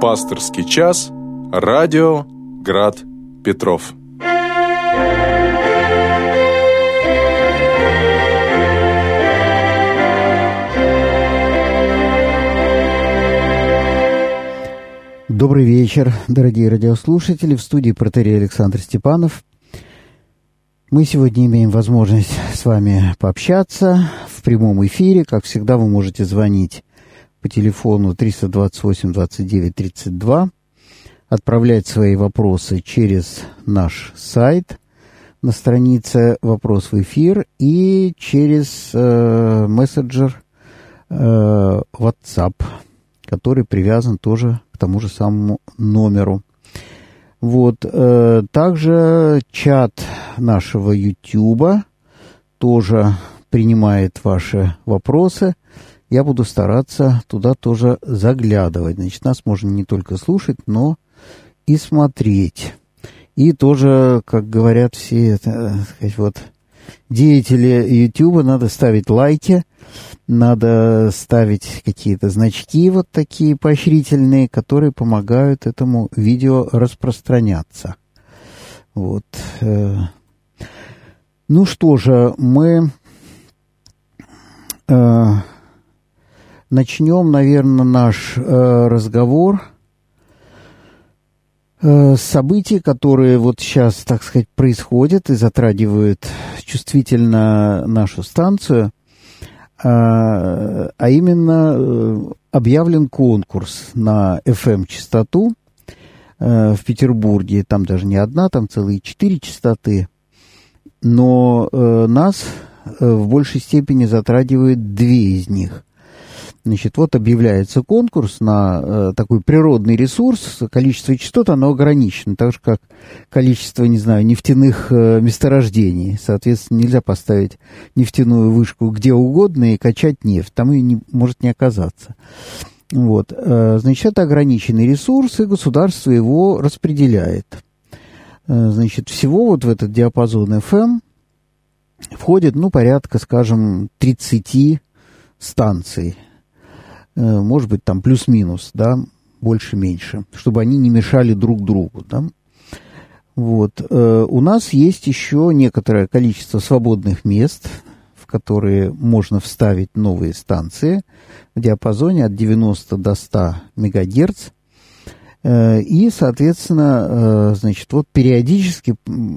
Пасторский час. Радио Град Петров. Добрый вечер, дорогие радиослушатели. В студии протоиерей Александр Степанов. Мы сегодня имеем возможность с вами пообщаться в прямом эфире. Как всегда, вы можете звонить по телефону 328-29-32, отправлять свои вопросы через наш сайт на странице «Вопрос в эфир» и через мессенджер WhatsApp, который привязан тоже к тому же самому номеру. Вот. Также чат нашего YouTube тоже принимает ваши вопросы. Я буду стараться туда тоже заглядывать. Значит, нас можно не только слушать, но и смотреть. И тоже, как говорят все, так сказать, вот, деятели YouTube, надо ставить лайки, надо ставить какие-то значки вот такие поощрительные, которые помогают этому видео распространяться. Вот. Ну что же, мы начнем, наверное, наш разговор с событий, которые вот сейчас, так сказать, происходят и затрагивают чувствительно нашу станцию, а именно объявлен конкурс на FM-частоту в Петербурге. Там даже не одна, там целые 4 частоты. Но нас в большей степени затрагивает 2 из них. Значит, вот объявляется конкурс на такой природный ресурс. Количество частот, оно ограничено, так же, как количество, не знаю, нефтяных месторождений. Соответственно, нельзя поставить нефтяную вышку где угодно и качать нефть. Там ее может не оказаться. Вот. Значит, это ограниченный ресурс, и государство его распределяет. Значит, всего вот в этот диапазон FM входит, ну, порядка, скажем, 30 станций. Может быть, там плюс-минус, да, больше-меньше, чтобы они не мешали друг другу, да. Вот. У нас есть еще некоторое количество свободных мест, в которые можно вставить новые станции в диапазоне от 90 до 100 мегагерц. И, соответственно, значит, вот периодически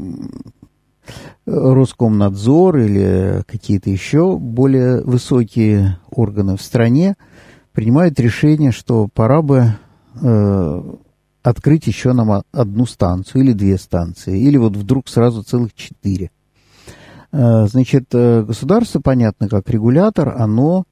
Роскомнадзор или какие-то еще более высокие органы в стране принимают решение, что пора бы открыть еще нам одну станцию или 2 станции, или вот вдруг сразу целых 4. Значит, государство, понятно, как регулятор, оно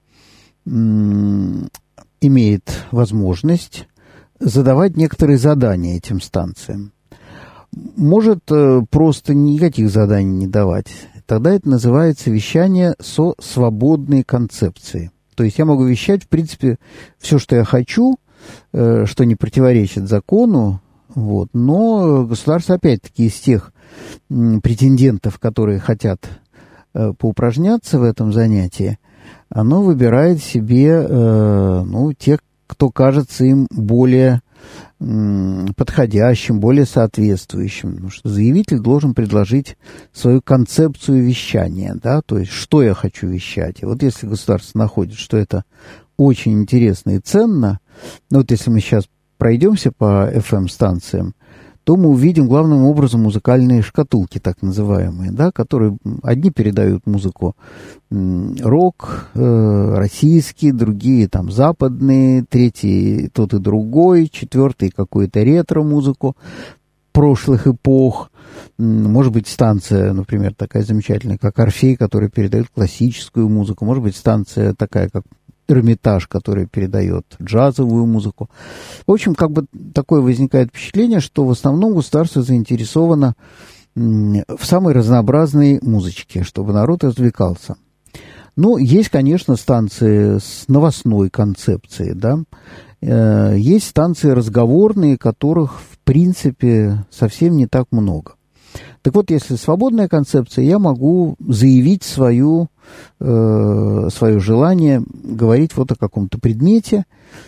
имеет возможность задавать некоторые задания этим станциям. Может просто никаких заданий не давать. Тогда это называется вещание со свободной концепцией. То есть я могу вещать, в принципе, все, что я хочу, что не противоречит закону, вот, но государство, опять-таки, из тех претендентов, которые хотят поупражняться в этом занятии, оно выбирает себе, ну, тех, кто кажется им более подходящим, более соответствующим. Потому что заявитель должен предложить свою концепцию вещания, да, то есть, что я хочу вещать. И вот если государство находит, что это очень интересно и ценно, ну, вот если мы сейчас пройдемся по FM-станциям, то мы увидим главным образом музыкальные шкатулки, так называемые, да, которые одни передают музыку рок, российский, другие там западные, третий тот и другой, четвертый какую-то ретро-музыку прошлых эпох. Может быть, станция, например, такая замечательная, как «Орфей», которая передает классическую музыку. Может быть, станция такая, как «Эрмитаж», который передает джазовую музыку. В общем, как бы такое возникает впечатление, что в основном государство заинтересовано в самой разнообразной музычке, чтобы народ развлекался. Ну, есть, конечно, станции с новостной концепцией, да. Есть станции разговорные, которых, в принципе, совсем не так много. Так вот, если свободная концепция, я могу заявить свое желание говорить вот о каком-то предмете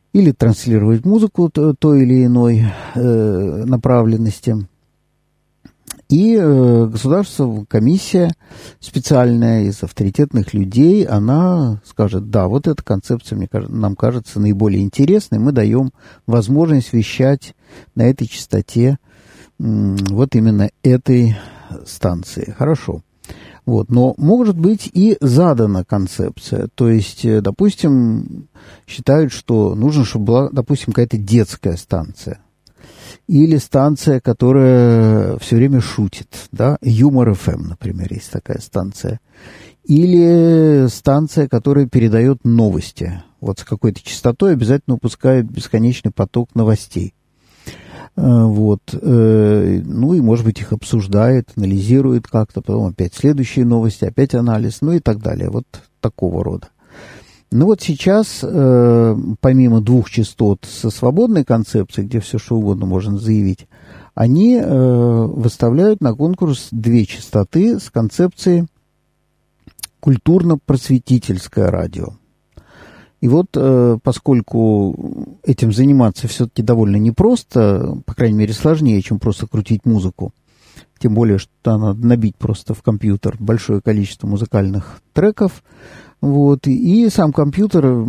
или транслировать музыку той или иной направленности. И государство, комиссия специальная из авторитетных людей, она скажет, да, вот эта концепция нам кажется наиболее интересной, мы даем возможность вещать на этой частоте вот именно этой станции. Хорошо. Вот. Но может быть и задана концепция. То есть, допустим, считают, что нужно, чтобы была, допустим, какая-то детская станция. Или станция, которая все время шутит, да, Юмор ФМ, например, есть такая станция. Или станция, которая передает новости. Вот с какой-то частотой обязательно выпускает бесконечный поток новостей. Вот. Ну и, может быть, их обсуждает, анализирует как-то, потом опять следующие новости, опять анализ, ну и так далее. Вот такого рода. Ну вот сейчас, помимо 2 частот со свободной концепцией, где все что угодно можно заявить, они выставляют на конкурс 2 частоты с концепцией культурно-просветительское радио. И вот, поскольку этим заниматься все-таки довольно непросто, по крайней мере, сложнее, чем просто крутить музыку, тем более, что надо набить просто в компьютер большое количество музыкальных треков, вот, и сам компьютер,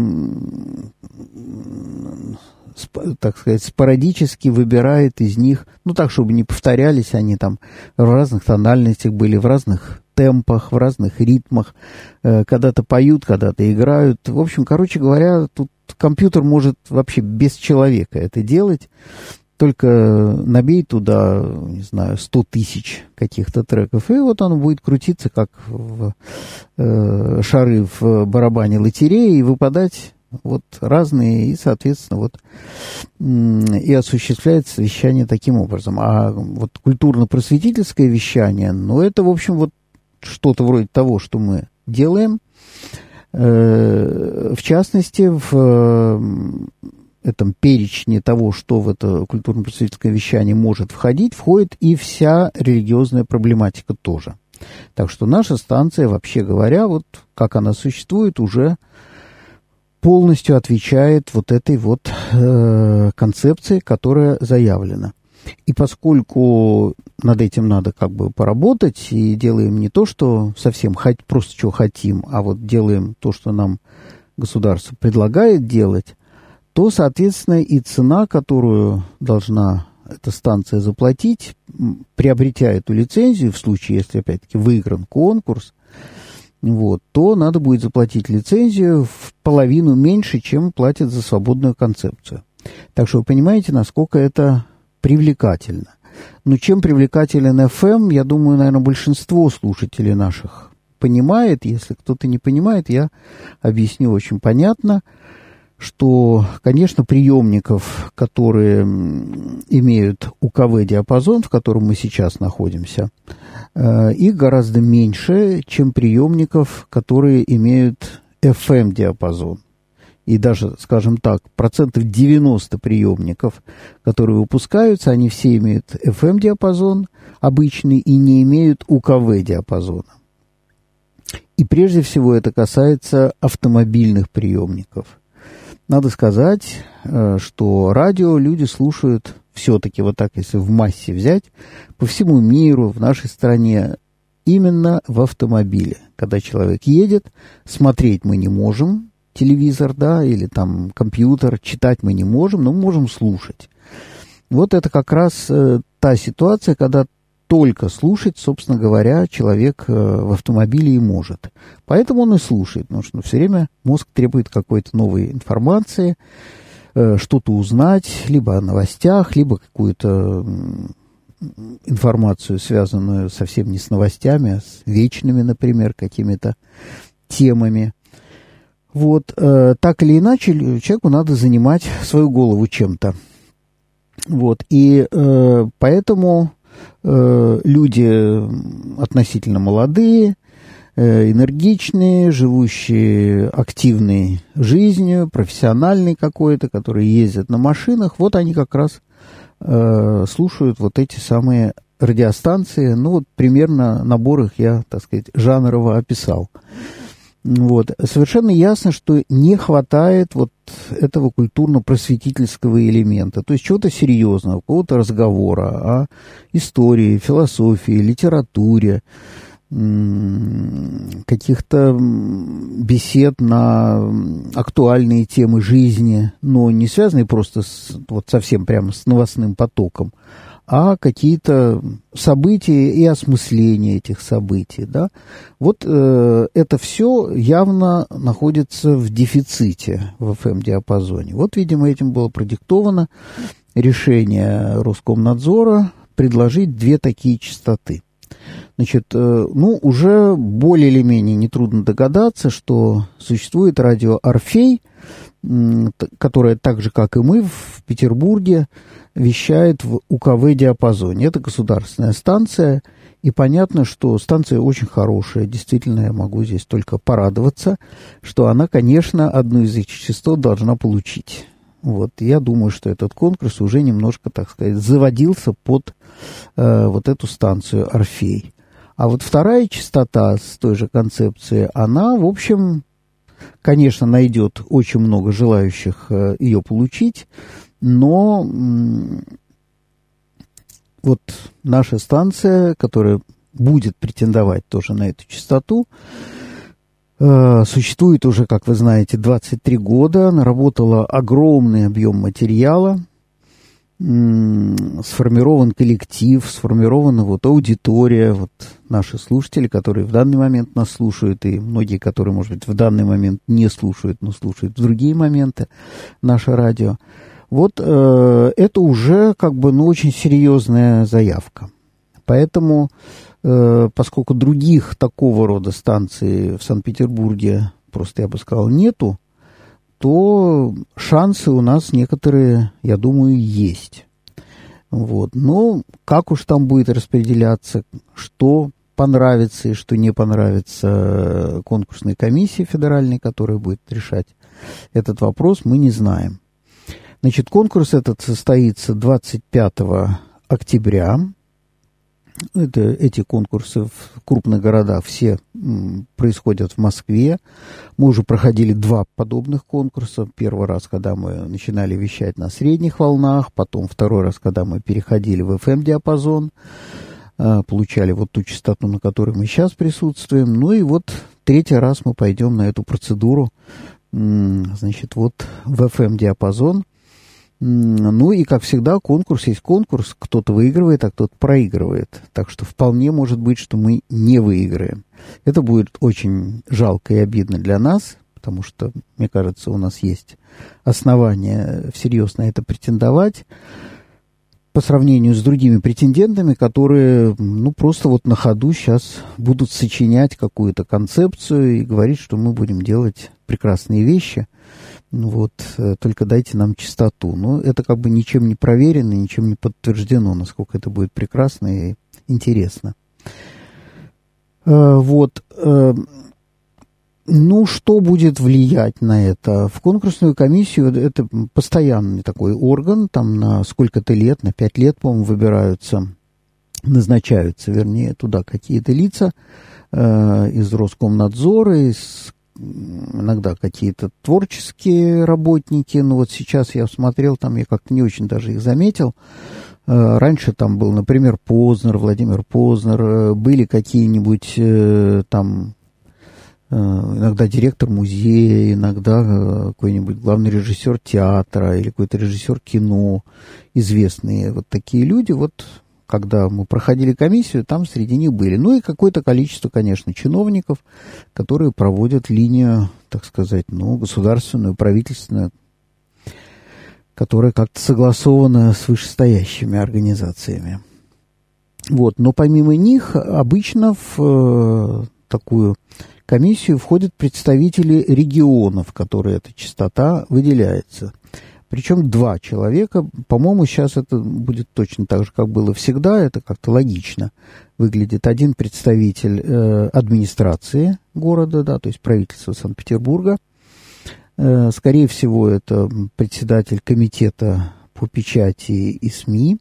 так сказать, спорадически выбирает из них, ну, так, чтобы не повторялись они там в разных тональностях были, в разных темпах, в разных ритмах, когда-то поют, когда-то играют. В общем, короче говоря, тут компьютер может вообще без человека это делать, только набей туда, не знаю, 100 тысяч каких-то треков, и вот он будет крутиться, как шары в барабане лотереи, и выпадать вот разные, и, соответственно, вот и осуществляется вещание таким образом. А вот культурно-просветительское вещание, ну, это, в общем, вот что-то вроде того, что мы делаем. В частности, в этом перечне того, что в это культурно-просветительское вещание может входить, входит и вся религиозная проблематика тоже. Так что наша станция, вообще говоря, вот как она существует, уже полностью отвечает вот этой вот концепции, которая заявлена. И поскольку над этим надо как бы поработать, и делаем не то, что совсем просто что хотим, а вот делаем то, что нам государство предлагает делать, то, соответственно, и цена, которую должна эта станция заплатить, приобретя эту лицензию, в случае, если, опять-таки, выигран конкурс, вот, то надо будет заплатить лицензию в половину меньше, чем платят за свободную концепцию. Так что вы понимаете, насколько это привлекательно. Но чем привлекателен FM, я думаю, наверное, большинство слушателей наших понимает. Если кто-то не понимает, я объясню очень понятно, что, конечно, приемников, которые имеют УКВ-диапазон, в котором мы сейчас находимся, их гораздо меньше, чем приемников, которые имеют FM-диапазон. И даже, скажем так, 90% приемников, которые выпускаются, они все имеют FM-диапазон обычный и не имеют УКВ-диапазона. И прежде всего это касается автомобильных приемников. Надо сказать, что радио люди слушают все-таки, вот так, если в массе взять, по всему миру, в нашей стране, именно в автомобиле. Когда человек едет, смотреть мы не можем, телевизор, да, или там компьютер, читать мы не можем, но мы можем слушать. Вот это как раз та ситуация, когда только слушать, собственно говоря, человек в автомобиле и может. Поэтому он и слушает, потому что все время мозг требует какой-то новой информации, что-то узнать, либо о новостях, либо какую-то информацию, связанную совсем не с новостями, а с вечными, например, какими-то темами. Вот, так или иначе, человеку надо занимать свою голову чем-то. Вот, и поэтому люди относительно молодые, энергичные, живущие активной жизнью, профессиональной какой-то, которые ездят на машинах, вот они как раз слушают вот эти самые радиостанции. Ну, вот примерно набор их я, так сказать, жанрово описал. Вот. Совершенно ясно, что не хватает вот этого культурно-просветительского элемента, то есть чего-то серьезного, какого-то разговора о истории, философии, литературе, каких-то бесед на актуальные темы жизни, но не связанные просто вот совсем прямо с новостным потоком, а какие-то события и осмысление этих событий. Да? Вот это все явно находится в дефиците в FM-диапазоне. Вот, видимо, этим было продиктовано решение Роскомнадзора предложить две такие частоты. Значит, уже более или менее нетрудно догадаться, что существует радио «Орфей», которое так же, как и мы, в Петербурге вещает в УКВ-диапазоне. Это государственная станция, и понятно, что станция очень хорошая. Действительно, я могу здесь только порадоваться, что она, конечно, одну из этих частот должна получить. Вот, я думаю, что этот конкурс уже немножко, так сказать, заводился под вот эту станцию «Орфей». А вот вторая частота с той же концепцией, она, в общем, конечно, найдет очень много желающих ее получить, но вот наша станция, которая будет претендовать тоже на эту частоту, существует уже, как вы знаете, 23 года, наработала огромный объем материала, сформирован коллектив, сформирована вот аудитория, вот наши слушатели, которые в данный момент нас слушают, и многие, которые, может быть, в данный момент не слушают, но слушают в другие моменты наше радио. Вот это уже как бы, очень серьезная заявка. Поэтому, поскольку других такого рода станций в Санкт-Петербурге просто, я бы сказал, нету, то шансы у нас некоторые, я думаю, есть. Вот. Но как уж там будет распределяться, что понравится и что не понравится конкурсной комиссии федеральной, которая будет решать этот вопрос, мы не знаем. Значит, конкурс этот состоится 25 октября. Эти конкурсы в крупных городах все происходят в Москве. Мы уже проходили 2 подобных конкурса. Первый раз, когда мы начинали вещать на средних волнах, потом второй раз, когда мы переходили в FM-диапазон, получали вот ту частоту, на которой мы сейчас присутствуем. Ну и вот 3-й раз мы пойдем на эту процедуру, значит, вот в FM-диапазон. Ну и, как всегда, конкурс есть конкурс. Кто-то выигрывает, а кто-то проигрывает. Так что вполне может быть, что мы не выиграем. Это будет очень жалко и обидно для нас, потому что, мне кажется, у нас есть основания всерьез на это претендовать по сравнению с другими претендентами, которые, просто вот на ходу сейчас будут сочинять какую-то концепцию и говорить, что мы будем делать прекрасные вещи. Только дайте нам частоту. Но это как бы ничем не проверено, ничем не подтверждено, насколько это будет прекрасно и интересно. Что будет влиять на это? В конкурсную комиссию, это постоянный такой орган, там на сколько-то лет, на 5 лет, по-моему, назначаются, туда какие-то лица из Роскомнадзора, иногда какие-то творческие работники. Сейчас я смотрел, там я как-то не очень даже их заметил. Раньше там был, например, Владимир Познер, были какие-нибудь там иногда директор музея, иногда какой-нибудь главный режиссер театра или какой-то режиссер кино, известные вот такие люди. Когда мы проходили комиссию, там среди них были. Ну и какое-то количество, конечно, чиновников, которые проводят линию, так сказать, государственную, правительственную, которая как-то согласована с вышестоящими организациями. Но помимо них обычно в такую комиссию входят представители регионов, в которые эта частота выделяется. Причем 2 человека. По-моему, сейчас это будет точно так же, как было всегда. Это как-то логично выглядит. Один представитель администрации города, то есть правительства Санкт-Петербурга. Скорее всего, это председатель комитета по печати и СМИ.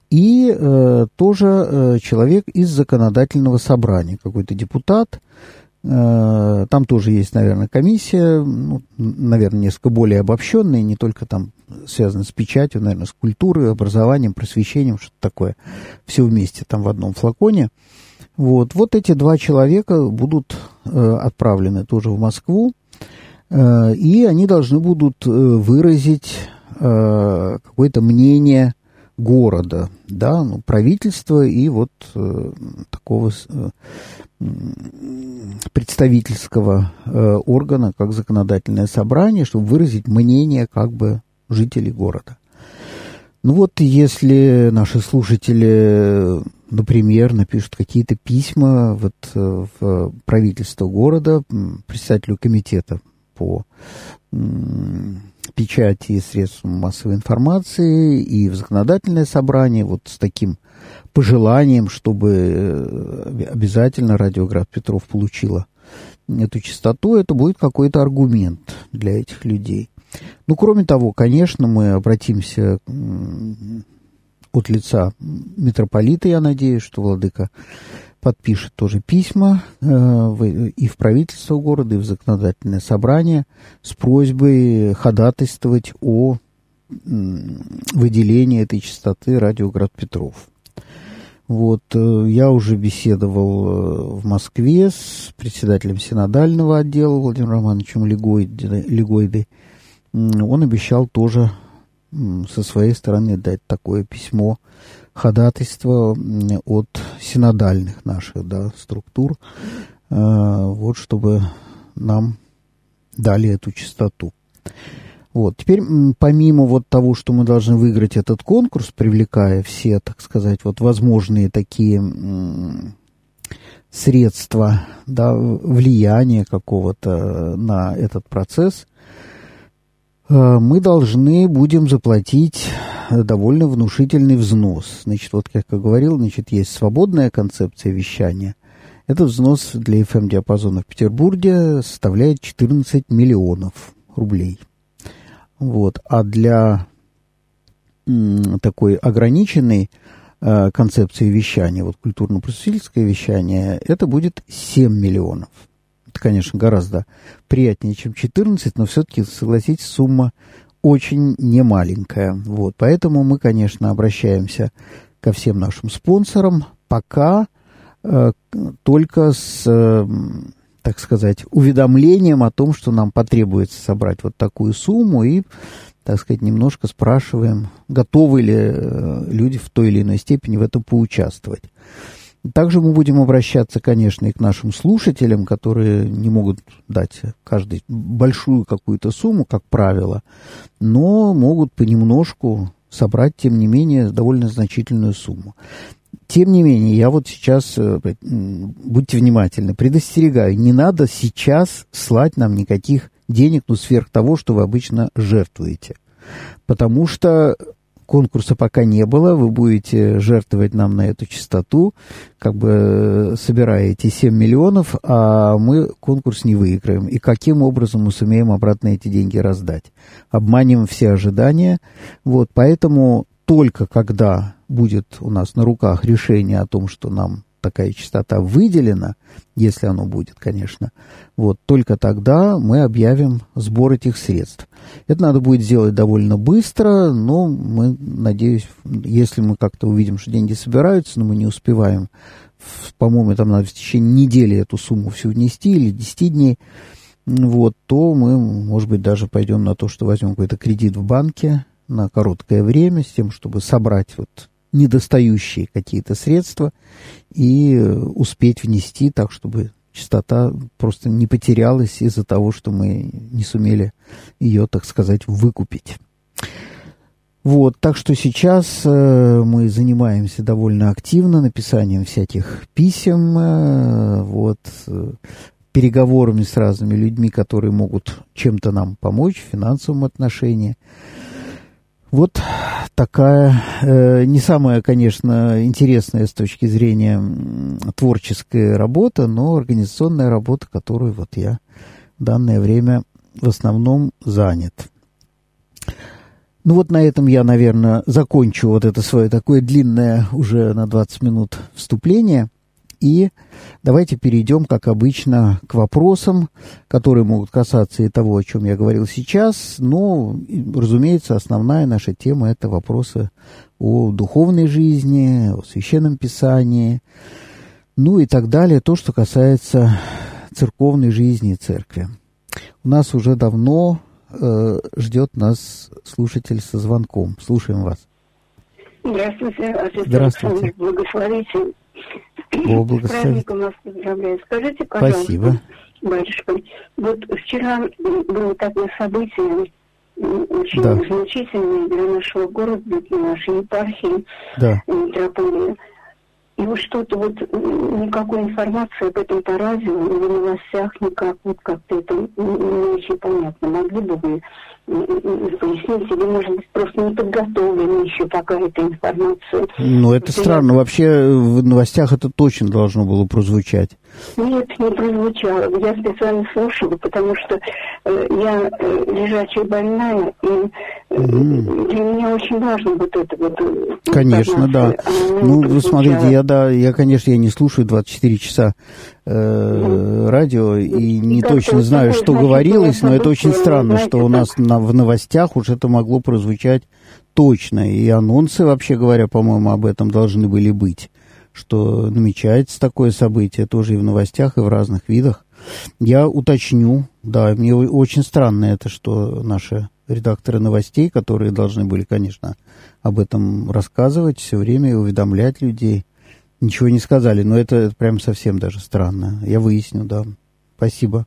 И тоже человек из законодательного собрания, какой-то депутат, Там тоже есть, наверное, комиссия, ну, наверное, несколько более обобщенная, не только там связано с печатью, наверное, с культурой, образованием, просвещением, что-то такое. Все вместе там в одном флаконе. Вот эти 2 человека будут отправлены тоже в Москву, и они должны будут выразить какое-то мнение города, да, ну, правительства и вот такого представительского органа, как законодательное собрание, чтобы выразить мнение как бы жителей города. Ну вот, если наши слушатели, например, напишут какие-то письма вот в правительство города, председателю комитета по печати и средствам массовой информации и в законодательное собрание вот с таким пожеланием, чтобы обязательно радио Град Петров получила эту частоту, это будет какой-то аргумент для этих людей. Ну, кроме того, конечно, мы обратимся от лица митрополита, я надеюсь, что владыка подпишет тоже письма и в правительство города, и в законодательное собрание с просьбой ходатайствовать о выделении этой частоты радио Град Петров. Вот, я уже беседовал в Москве с председателем синодального отдела Владимиром Романовичем Легойдой. Он обещал тоже со своей стороны дать такое письмо ходатайства от синодальных наших, да, структур, вот, чтобы нам дали эту частоту. Вот. Теперь, помимо вот того, что мы должны выиграть этот конкурс, привлекая все, так сказать, вот возможные такие средства, да, влияния какого-то на этот процесс, мы должны будем заплатить довольно внушительный взнос. Значит, вот как я говорил, значит, есть свободная концепция вещания. Этот взнос для FM-диапазона в Петербурге составляет 14 миллионов рублей. Вот. А для такой ограниченной концепции вещания, вот культурно-просветительское вещание, это будет 7 миллионов. Это, конечно, гораздо приятнее, чем 14, но все-таки, согласитесь, сумма очень немаленькая. Вот. Поэтому мы, конечно, обращаемся ко всем нашим спонсорам, пока только с, так сказать, уведомлением о том, что нам потребуется собрать вот такую сумму, и, так сказать, немножко спрашиваем, готовы ли люди в той или иной степени в этом поучаствовать. Также мы будем обращаться, конечно, и к нашим слушателям, которые не могут дать каждый большую какую-то сумму, как правило, но могут понемножку собрать, тем не менее, довольно значительную сумму. Тем не менее, я вот сейчас, будьте внимательны, предостерегаю, не надо сейчас слать нам никаких денег, ну, сверх того, что вы обычно жертвуете. Потому что конкурса пока не было, вы будете жертвовать нам на эту частоту, как бы собирая эти 7 миллионов, а мы конкурс не выиграем. И каким образом мы сумеем обратно эти деньги раздать? Обманем все ожидания. Вот, поэтому только когда будет у нас на руках решение о том, что нам такая частота выделена, если оно будет, конечно, вот, только тогда мы объявим сбор этих средств. Это надо будет сделать довольно быстро, но мы, надеюсь, если мы как-то увидим, что деньги собираются, но мы не успеваем, по-моему, там надо в течение недели эту сумму всю внести или 10 дней, вот, то мы, может быть, даже пойдем на то, что возьмем какой-то кредит в банке на короткое время, с тем, чтобы собрать вот недостающие какие-то средства и успеть внести так, чтобы частота просто не потерялась из-за того, что мы не сумели ее, так сказать, выкупить. Вот, так что сейчас мы занимаемся довольно активно написанием всяких писем, вот, переговорами с разными людьми, которые могут чем-то нам помочь в финансовом отношении. Вот такая, не самая, конечно, интересная с точки зрения творческой работы, но организационная работа, которую вот я в данное время в основном занят. Ну вот на этом я, наверное, закончу вот это свое такое длинное уже на 20 минут вступление. И давайте перейдем, как обычно, к вопросам, которые могут касаться и того, о чем я говорил сейчас. Но, разумеется, основная наша тема – это вопросы о духовной жизни, о священном писании, ну и так далее, то, что касается церковной жизни и церкви. У нас уже давно ждет нас слушатель со звонком. Слушаем вас. Здравствуйте, отец Здравствуйте. Александр, благословите. Бог благословит. С праздником вас поздравляю. Скажите, пожалуйста, Спасибо. батюшка, вот вчера было такое событие, очень значительное для нашего города, для нашей епархии, митрополии. И вот что-то вот, никакой информации об этом по радио, или в новостях никак, вот как-то это не очень понятно. Могли бы вы пояснить, или, может быть, просто не подготовлена еще какая-то информация? Ну, это странно. Вообще в новостях это точно должно было прозвучать. Нет, не прозвучало. Я специально слушала, потому что я лежачая больная, и для меня очень важно вот это вот. Конечно, да. Ну, вы смотрите, я, конечно, я не слушаю 24 часа радио и не точно знаю, что говорилось, но это очень странно, что у нас в новостях уж это могло прозвучать точно. И анонсы, вообще говоря, по-моему, об этом должны были быть, что намечается такое событие тоже и в новостях, и в разных видах. Я уточню, да, мне очень странно это, что наши редакторы новостей, которые должны были, конечно, об этом рассказывать все время и уведомлять людей, ничего не сказали, но это прям совсем даже странно. Я выясню, да. Спасибо.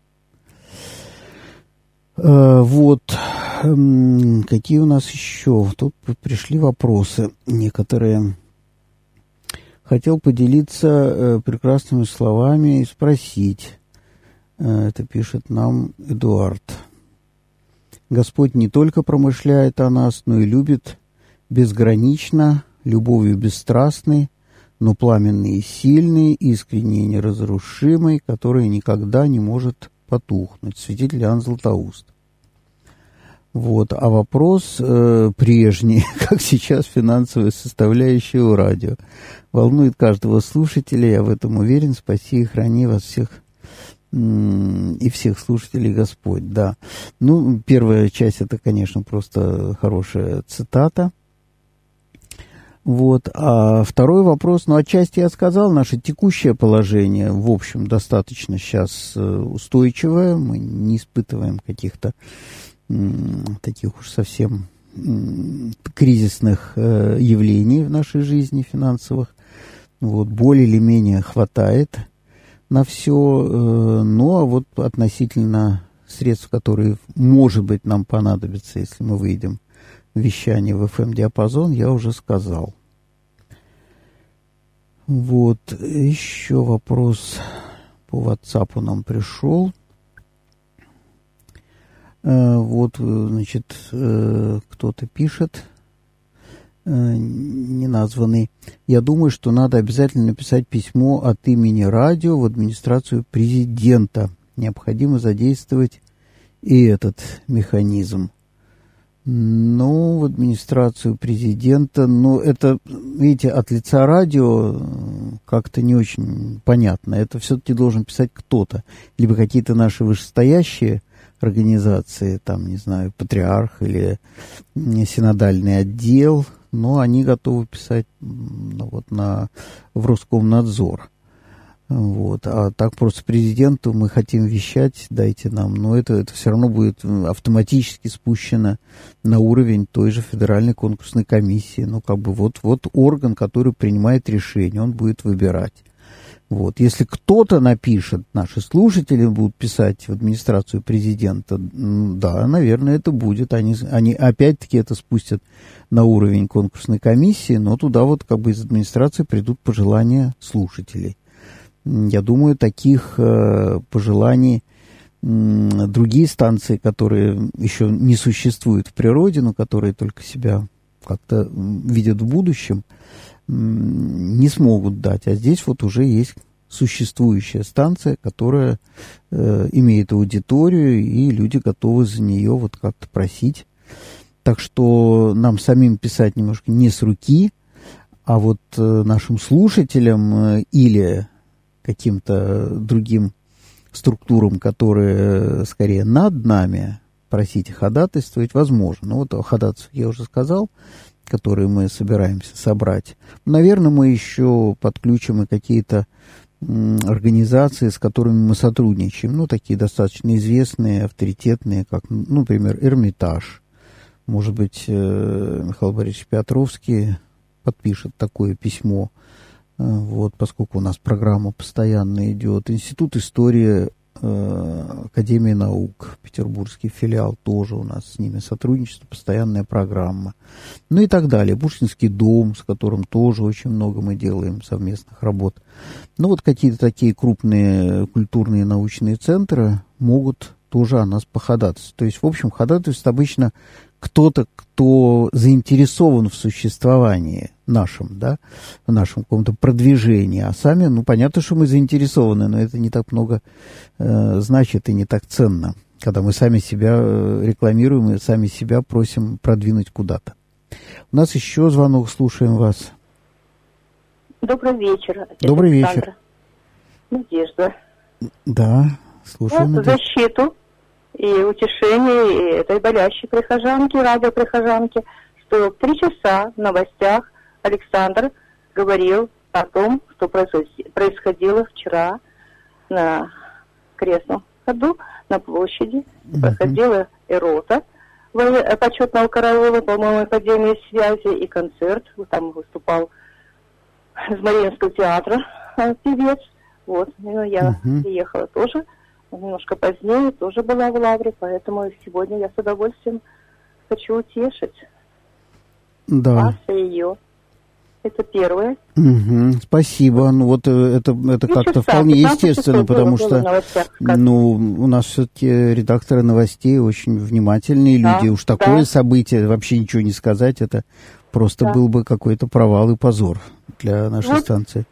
Вот. Какие у нас еще? Тут пришли вопросы некоторые. Хотел поделиться прекрасными словами и спросить. Это пишет нам Эдуард. Господь не только промышляет о нас, но и любит безгранично, любовью бесстрастной, но пламенный и сильный, искренний и неразрушимый, который никогда не может потухнуть. Святитель Иоанн Златоуст. Вот. А вопрос прежний, как сейчас финансовая составляющая у радио. Волнует каждого слушателя, я в этом уверен. Спаси и храни вас всех и всех слушателей Господь, да. Ну, первая часть, это, конечно, просто хорошая цитата. Вот. А второй вопрос, ну, отчасти я сказал, наше текущее положение, в общем, достаточно сейчас устойчивое. Мы не испытываем каких-то таких уж совсем кризисных явлений в нашей жизни финансовых. Вот. Более или менее хватает на все, ну, а вот относительно средств, которые, может быть, нам понадобятся, если мы выйдем в вещание в FM-диапазон, я уже сказал. Вот, еще вопрос по WhatsApp нам пришел. Вот, значит, кто-то пишет, неназванный. Я думаю, что надо обязательно написать письмо от имени радио в администрацию президента. Необходимо задействовать и этот механизм. Ну, в администрацию президента, ну, это, видите, от лица радио как-то не очень понятно. Это все-таки должен писать кто-то. Либо какие-то наши вышестоящие организации, там, не знаю, патриарх или синодальный отдел, но они готовы писать вот в Роскомнадзор. Вот. А так просто президенту мы хотим вещать, дайте нам. Но это все равно будет автоматически спущено на уровень той же Федеральной конкурсной комиссии. Ну, как бы вот орган, который принимает решение, он будет выбирать. Вот. Если кто-то напишет, наши слушатели будут писать в администрацию президента, да, наверное, это будет. Они опять-таки это спустят на уровень конкурсной комиссии, но туда вот как бы из администрации придут пожелания слушателей. Я думаю, таких пожеланий другие станции, которые еще не существуют в природе, но которые только себя как-то видят в будущем, не смогут дать. А здесь вот уже есть существующая станция, которая имеет аудиторию, и люди готовы за нее вот как-то просить. Так что нам самим писать немножко не с руки, а вот нашим слушателям или каким-то другим структурам, которые скорее над нами, просить и ходатайствовать возможно. Ну, вот о ходатайствах я уже сказал, которые мы собираемся собрать. Наверное, мы еще подключим и какие-то организации, с которыми мы сотрудничаем, ну, такие достаточно известные, авторитетные, как, ну, например, Эрмитаж. Может быть, Михаил Борисович Петровский подпишет такое письмо, вот, поскольку у нас программа постоянно идет. Институт истории Академии наук, петербургский филиал, тоже у нас с ними сотрудничество, постоянная программа. Ну и так далее. Пушкинский дом, с которым тоже очень много мы делаем совместных работ. Ну вот какие-то такие крупные культурные научные центры могут тоже о нас походатайствовать. То есть, в общем, ходатайствует обычно кто-то, кто заинтересован в существовании нашем, да, в нашем каком-то продвижении. А сами, ну, понятно, что мы заинтересованы, но это не так много значит и не так ценно, когда мы сами себя рекламируем и сами себя просим продвинуть куда-то. У нас еще звонок, слушаем вас. Добрый вечер. Добрый вечер. Надежда. Да, слушаем. За защиту и утешение этой болящей прихожанки, радиоприхожанки, что в 3 часа в новостях Александр говорил о том, что происходило вчера на Крестном ходу, на площади. Проходила эрота почетного караула, по-моему, Академии связи, и концерт. Там выступал из Мариинского театра певец. Вот, ну, я приехала тоже немножко позднее, тоже была в Лавре, поэтому сегодня я с удовольствием хочу утешить вас и ее. Это первое. Спасибо. Ну вот это как-то вполне естественно, потому что ну, у нас все-таки редакторы новостей очень внимательные люди. Уж такое событие, вообще ничего не сказать, это просто был бы какой-то провал и позор для нашей станции.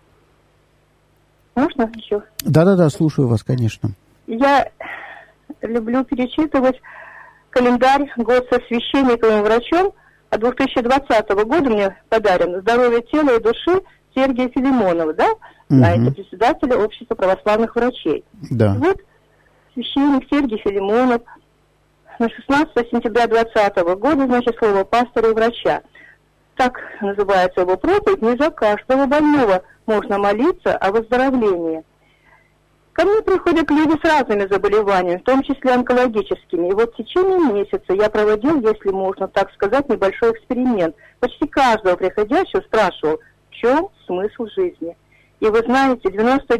Можно еще? Да, слушаю вас, конечно. Я люблю перечитывать календарь «Год со священником и врачом» от 2020 года. Мне подарен «Здоровье тела и души» Сергия Филимонова, да? Знаете, председателя Общества православных врачей. Да. Вот священник Сергий Филимонов на 16 сентября 2020 года, значит, слово пастора и врача. Так называется его проповедь: «Не за каждого больного можно молиться о выздоровлении». Ко мне приходят люди с разными заболеваниями, в том числе онкологическими. И вот в течение месяца я проводил, если можно так сказать, небольшой эксперимент. Почти каждого приходящего спрашивал, в чем смысл жизни. И вы знаете,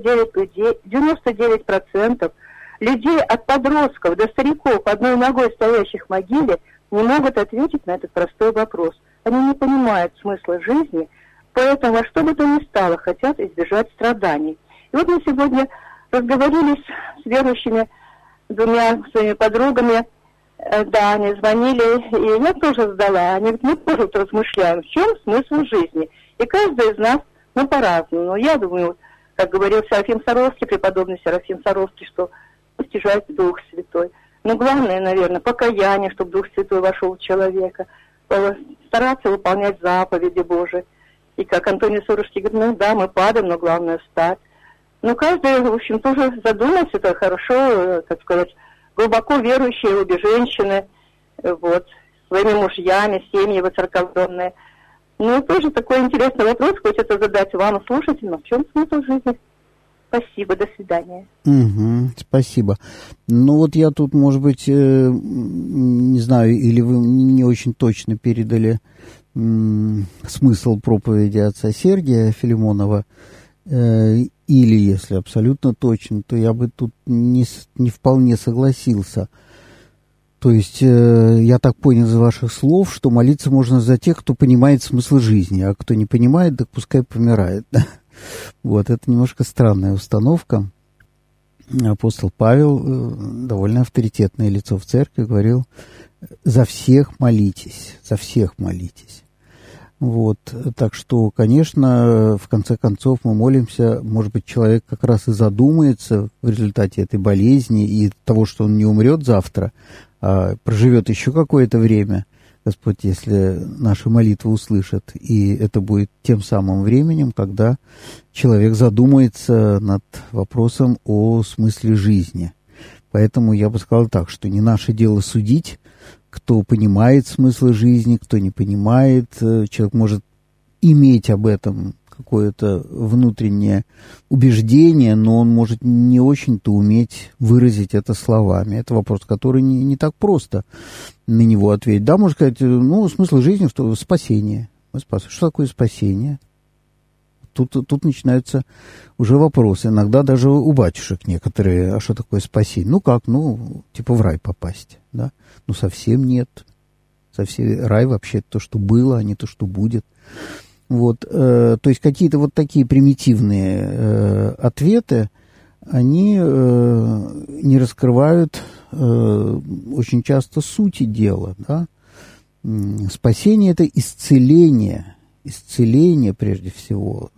99% людей от подростков до стариков, одной ногой стоящих в могиле, не могут ответить на этот простой вопрос. Они не понимают смысла жизни, поэтому во что бы то ни стало хотят избежать страданий. И вот мы сегодня разговорились с верующими 2 своими подругами, да, они звонили, и я тоже задала, они говорят, мы тоже размышляем, в чем смысл жизни. И каждый из нас, ну, по-разному. Но я думаю, как говорил Серафим Саровский, преподобный Серафим Саровский, что постижает Дух Святой. Но главное, наверное, покаяние, чтобы Дух Святой вошел в человека, стараться выполнять заповеди Божии. И как Антоний Сурожский говорит, ну да, мы падаем, но главное встать. Ну, каждый, в общем, тоже задумался, это хорошо, так сказать, глубоко верующие обе женщины, вот, своими мужьями, семьи воцерковленные. Ну, тоже такой интересный вопрос, хочется задать вам, слушателям, в чем смысл жизни? Спасибо, до свидания. Спасибо. Ну, вот я тут, может быть, не знаю, или вы не очень точно передали смысл проповеди отца Сергия Филимонова, или, если абсолютно точно, то я бы тут не вполне согласился. То есть, я так понял из ваших слов, что молиться можно за тех, кто понимает смысл жизни, а кто не понимает, так пускай помирает. Вот, это немножко странная установка. Апостол Павел, довольно авторитетное лицо в церкви, говорил, за всех молитесь, за всех молитесь. Вот, так что, конечно, в конце концов мы молимся, может быть, человек как раз и задумается в результате этой болезни и того, что он не умрет завтра, а проживет еще какое-то время, Господь, если наши молитвы услышат, и это будет тем самым временем, когда человек задумается над вопросом о смысле жизни. Поэтому я бы сказал так, что не наше дело судить, кто понимает смысл жизни, кто не понимает. Человек может иметь об этом какое-то внутреннее убеждение, но он может не очень-то уметь выразить это словами. Это вопрос, который не так просто на него ответить. Да, можно сказать, смысл жизни в спасении. Что такое спасение? Тут начинаются уже вопросы. Иногда даже у батюшек некоторые, а что такое спасение? Типа в рай попасть, да? Совсем нет. Совсем рай вообще то, что было, а не то, что будет. Вот, то есть какие-то вот такие примитивные ответы, они не раскрывают очень часто сути дела, да? Спасение – это исцеление прежде всего,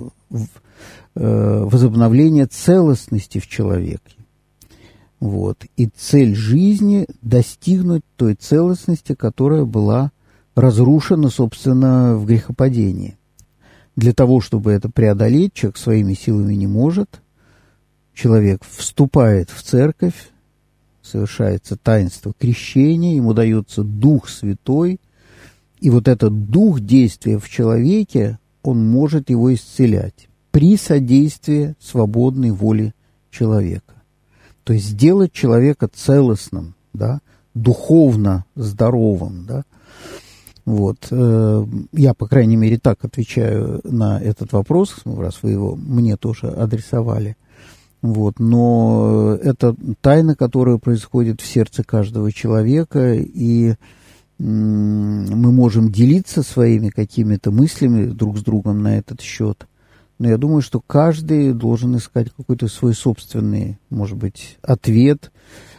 возобновление целостности в человеке. Вот. И цель жизни – достигнуть той целостности, которая была разрушена, собственно, в грехопадении. Для того, чтобы это преодолеть, человек своими силами не может. Человек вступает в церковь, совершается таинство крещения, ему дается Дух Святой, и вот этот дух действия в человеке, он может его исцелять при содействии свободной воли человека. То есть сделать человека целостным, да, духовно здоровым, да. Вот. Я, по крайней мере, так отвечаю на этот вопрос, раз вы его мне тоже адресовали. Вот. Но это тайна, которая происходит в сердце каждого человека, и мы можем делиться своими какими-то мыслями друг с другом на этот счет. Но я думаю, что каждый должен искать какой-то свой собственный, может быть, ответ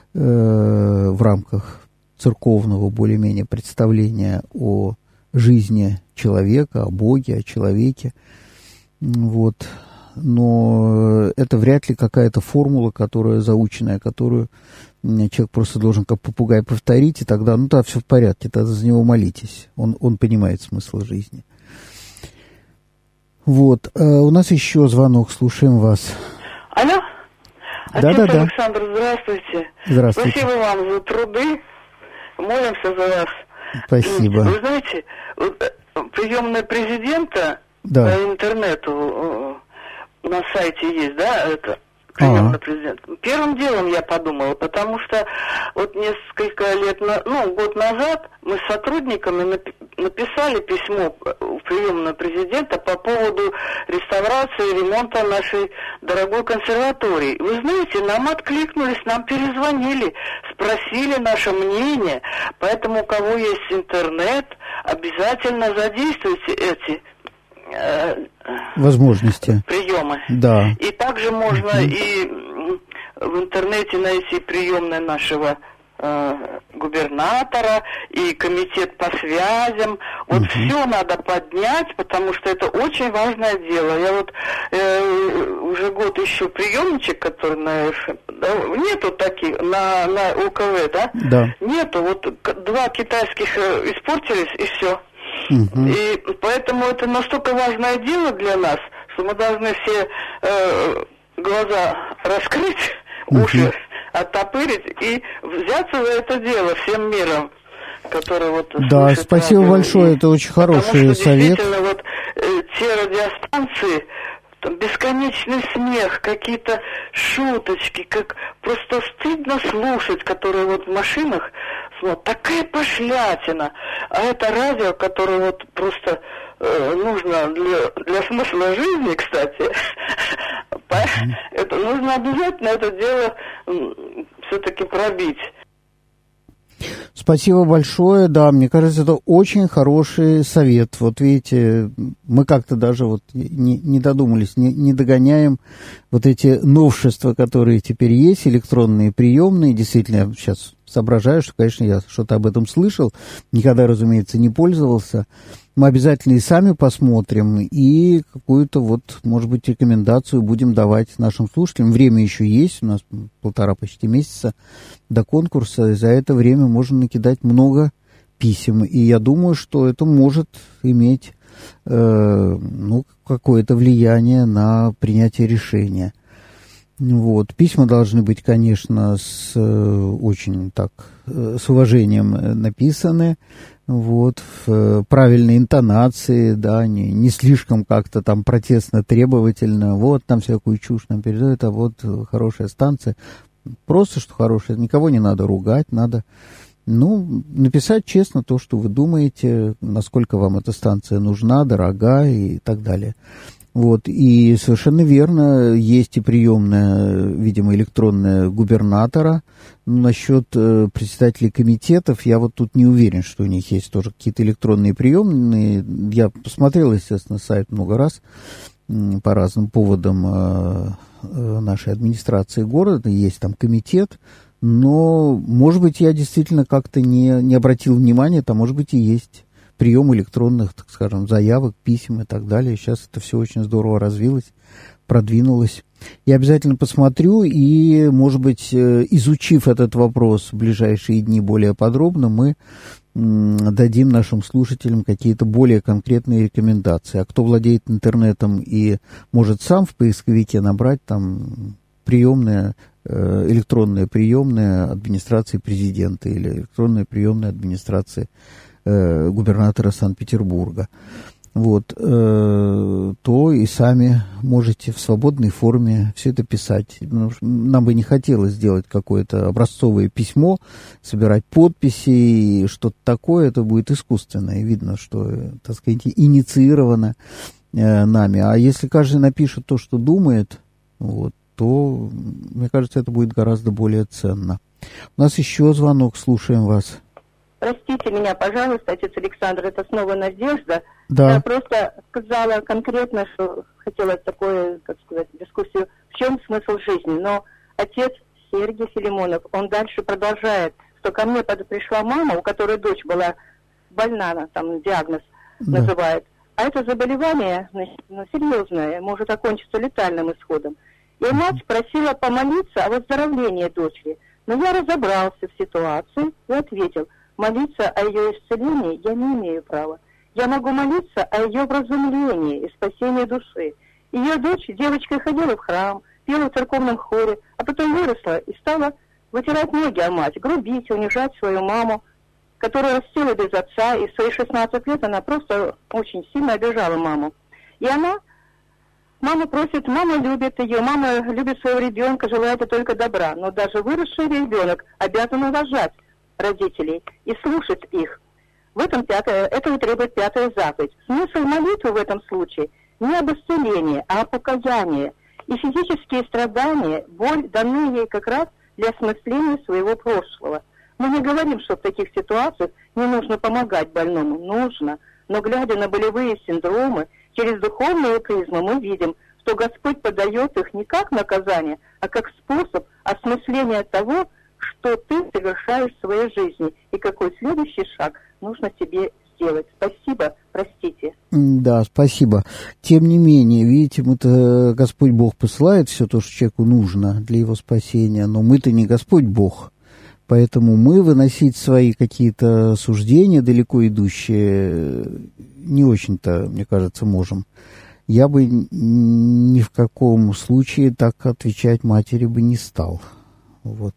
в рамках церковного более-менее представления о жизни человека, о Боге, о человеке. Вот. Но это вряд ли какая-то формула, которая заученная, которую человек просто должен как попугай повторить, и тогда, все в порядке, тогда за него молитесь. Он понимает смысл жизни. Вот. У нас еще звонок, слушаем вас. Алло? Да. Александр, здравствуйте. Здравствуйте. Спасибо вам за труды. Молимся за вас. Спасибо. Вы знаете, приемная президента по интернету на сайте есть, да, это приемная президента. Первым делом я подумала, потому что вот несколько лет, год назад мы с сотрудниками написали письмо в приемную президента по поводу реставрации и ремонта нашей дорогой консерватории. Вы знаете, нам откликнулись, нам перезвонили, спросили наше мнение, поэтому у кого есть интернет, обязательно задействуйте эти возможности, приемы. Да. И также можно и в интернете найти приемные нашего губернатора и комитет по связям. Вот все надо поднять, потому что это очень важное дело. Я вот уже год ищу приемничек, который на нету таких, на УКВ, да? Да. Нету. Вот 2 китайских испортились, и все. И поэтому это настолько важное дело для нас, что мы должны все глаза раскрыть, уши оттопырить и взяться за это дело всем миром, который вот... Да, спасибо большое, это очень хороший совет. Действительно, вот те радиостанции, там бесконечный смех, какие-то шуточки, как просто стыдно слушать, которые вот в машинах, вот такая пошлятина. А это радио, которое вот просто нужно для смысла жизни, кстати. Это нужно обязательно это дело все-таки пробить. Спасибо большое, да, мне кажется, это очень хороший совет. Вот видите, мы как-то даже вот не додумались, не догоняем вот эти новшества, которые теперь есть, электронные приемные. Действительно, я сейчас соображаю, что, конечно, я что-то об этом слышал, никогда, разумеется, не пользовался. Мы обязательно и сами посмотрим, и какую-то вот, может быть, рекомендацию будем давать нашим слушателям. Время еще есть, у нас 1,5 почти месяца до конкурса, и за это время можно накидать много писем. И я думаю, что это может иметь какое-то влияние на принятие решения. Вот. Письма должны быть, конечно, с уважением написаны, вот, в правильной интонации, да, не слишком как-то там протестно, требовательно, вот, там всякую чушь нам передают, а вот хорошая станция. Просто, что хорошая, никого не надо ругать, надо, написать честно то, что вы думаете, насколько вам эта станция нужна, дорога и так далее. Вот, и совершенно верно, есть и приемная, видимо, электронная губернатора. Насчет председателей комитетов, я вот тут не уверен, что у них есть тоже какие-то электронные приемные. Я посмотрел, естественно, сайт много раз по разным поводам нашей администрации города, есть там комитет, но, может быть, я действительно как-то не обратил внимания, там, может быть, и есть прием электронных, так скажем, заявок, писем и так далее. Сейчас это все очень здорово развилось, продвинулось. Я обязательно посмотрю и, может быть, изучив этот вопрос в ближайшие дни более подробно, мы дадим нашим слушателям какие-то более конкретные рекомендации. А кто владеет интернетом и может сам в поисковике набрать там электронная приемная администрации президента или электронная приемная администрации губернатора Санкт-Петербурга, вот, то и сами можете в свободной форме все это писать. Нам бы не хотелось сделать какое-то образцовое письмо, собирать подписи и что-то такое, это будет искусственно, и видно, что, так сказать, инициировано нами. А если каждый напишет то, что думает, вот, то, мне кажется, это будет гораздо более ценно. У нас еще звонок, слушаем вас. Простите меня, пожалуйста, отец Александр, это снова Надежда. Да. Я просто сказала конкретно, что хотела такую, как сказать, дискуссию, в чем смысл жизни. Но отец Сергей Филимонов, он дальше продолжает, что ко мне пришла мама, у которой дочь была больна, там диагноз называют. А это заболевание, серьезное, может окончиться летальным исходом. И мать просила помолиться о выздоровлении дочери. Но я разобрался в ситуации и ответил: молиться о ее исцелении я не имею права. Я могу молиться о ее вразумлении и спасении души. Ее дочь девочкой ходила в храм, пела в церковном хоре, а потом выросла и стала вытирать ноги о мать, грубить, унижать свою маму, которая растила без отца, и в свои 16 лет она просто очень сильно обижала маму. И мама просит, мама любит ее, мама любит своего ребенка, желает ей только добра, но даже выросший ребенок обязан уважать родителей и слушать их. Этого требует 5-я заповедь. Смысл молитвы в этом случае не об исцелении, а о покаянии. И физические страдания, боль даны ей как раз для осмысления своего прошлого. Мы не говорим, что в таких ситуациях не нужно помогать больному. Нужно. Но глядя на болевые синдромы, через духовную призму мы видим, что Господь подает их не как наказание, а как способ осмысления того, что ты совершаешь в своей жизни, и какой следующий шаг нужно тебе сделать. Спасибо, простите. Да, спасибо. Тем не менее, видите, мы-то Господь Бог посылает все то, что человеку нужно для его спасения, но мы-то не Господь Бог. Поэтому мы выносить свои какие-то суждения далеко идущие не очень-то, мне кажется, можем. Я бы ни в каком случае так отвечать матери бы не стал. Вот.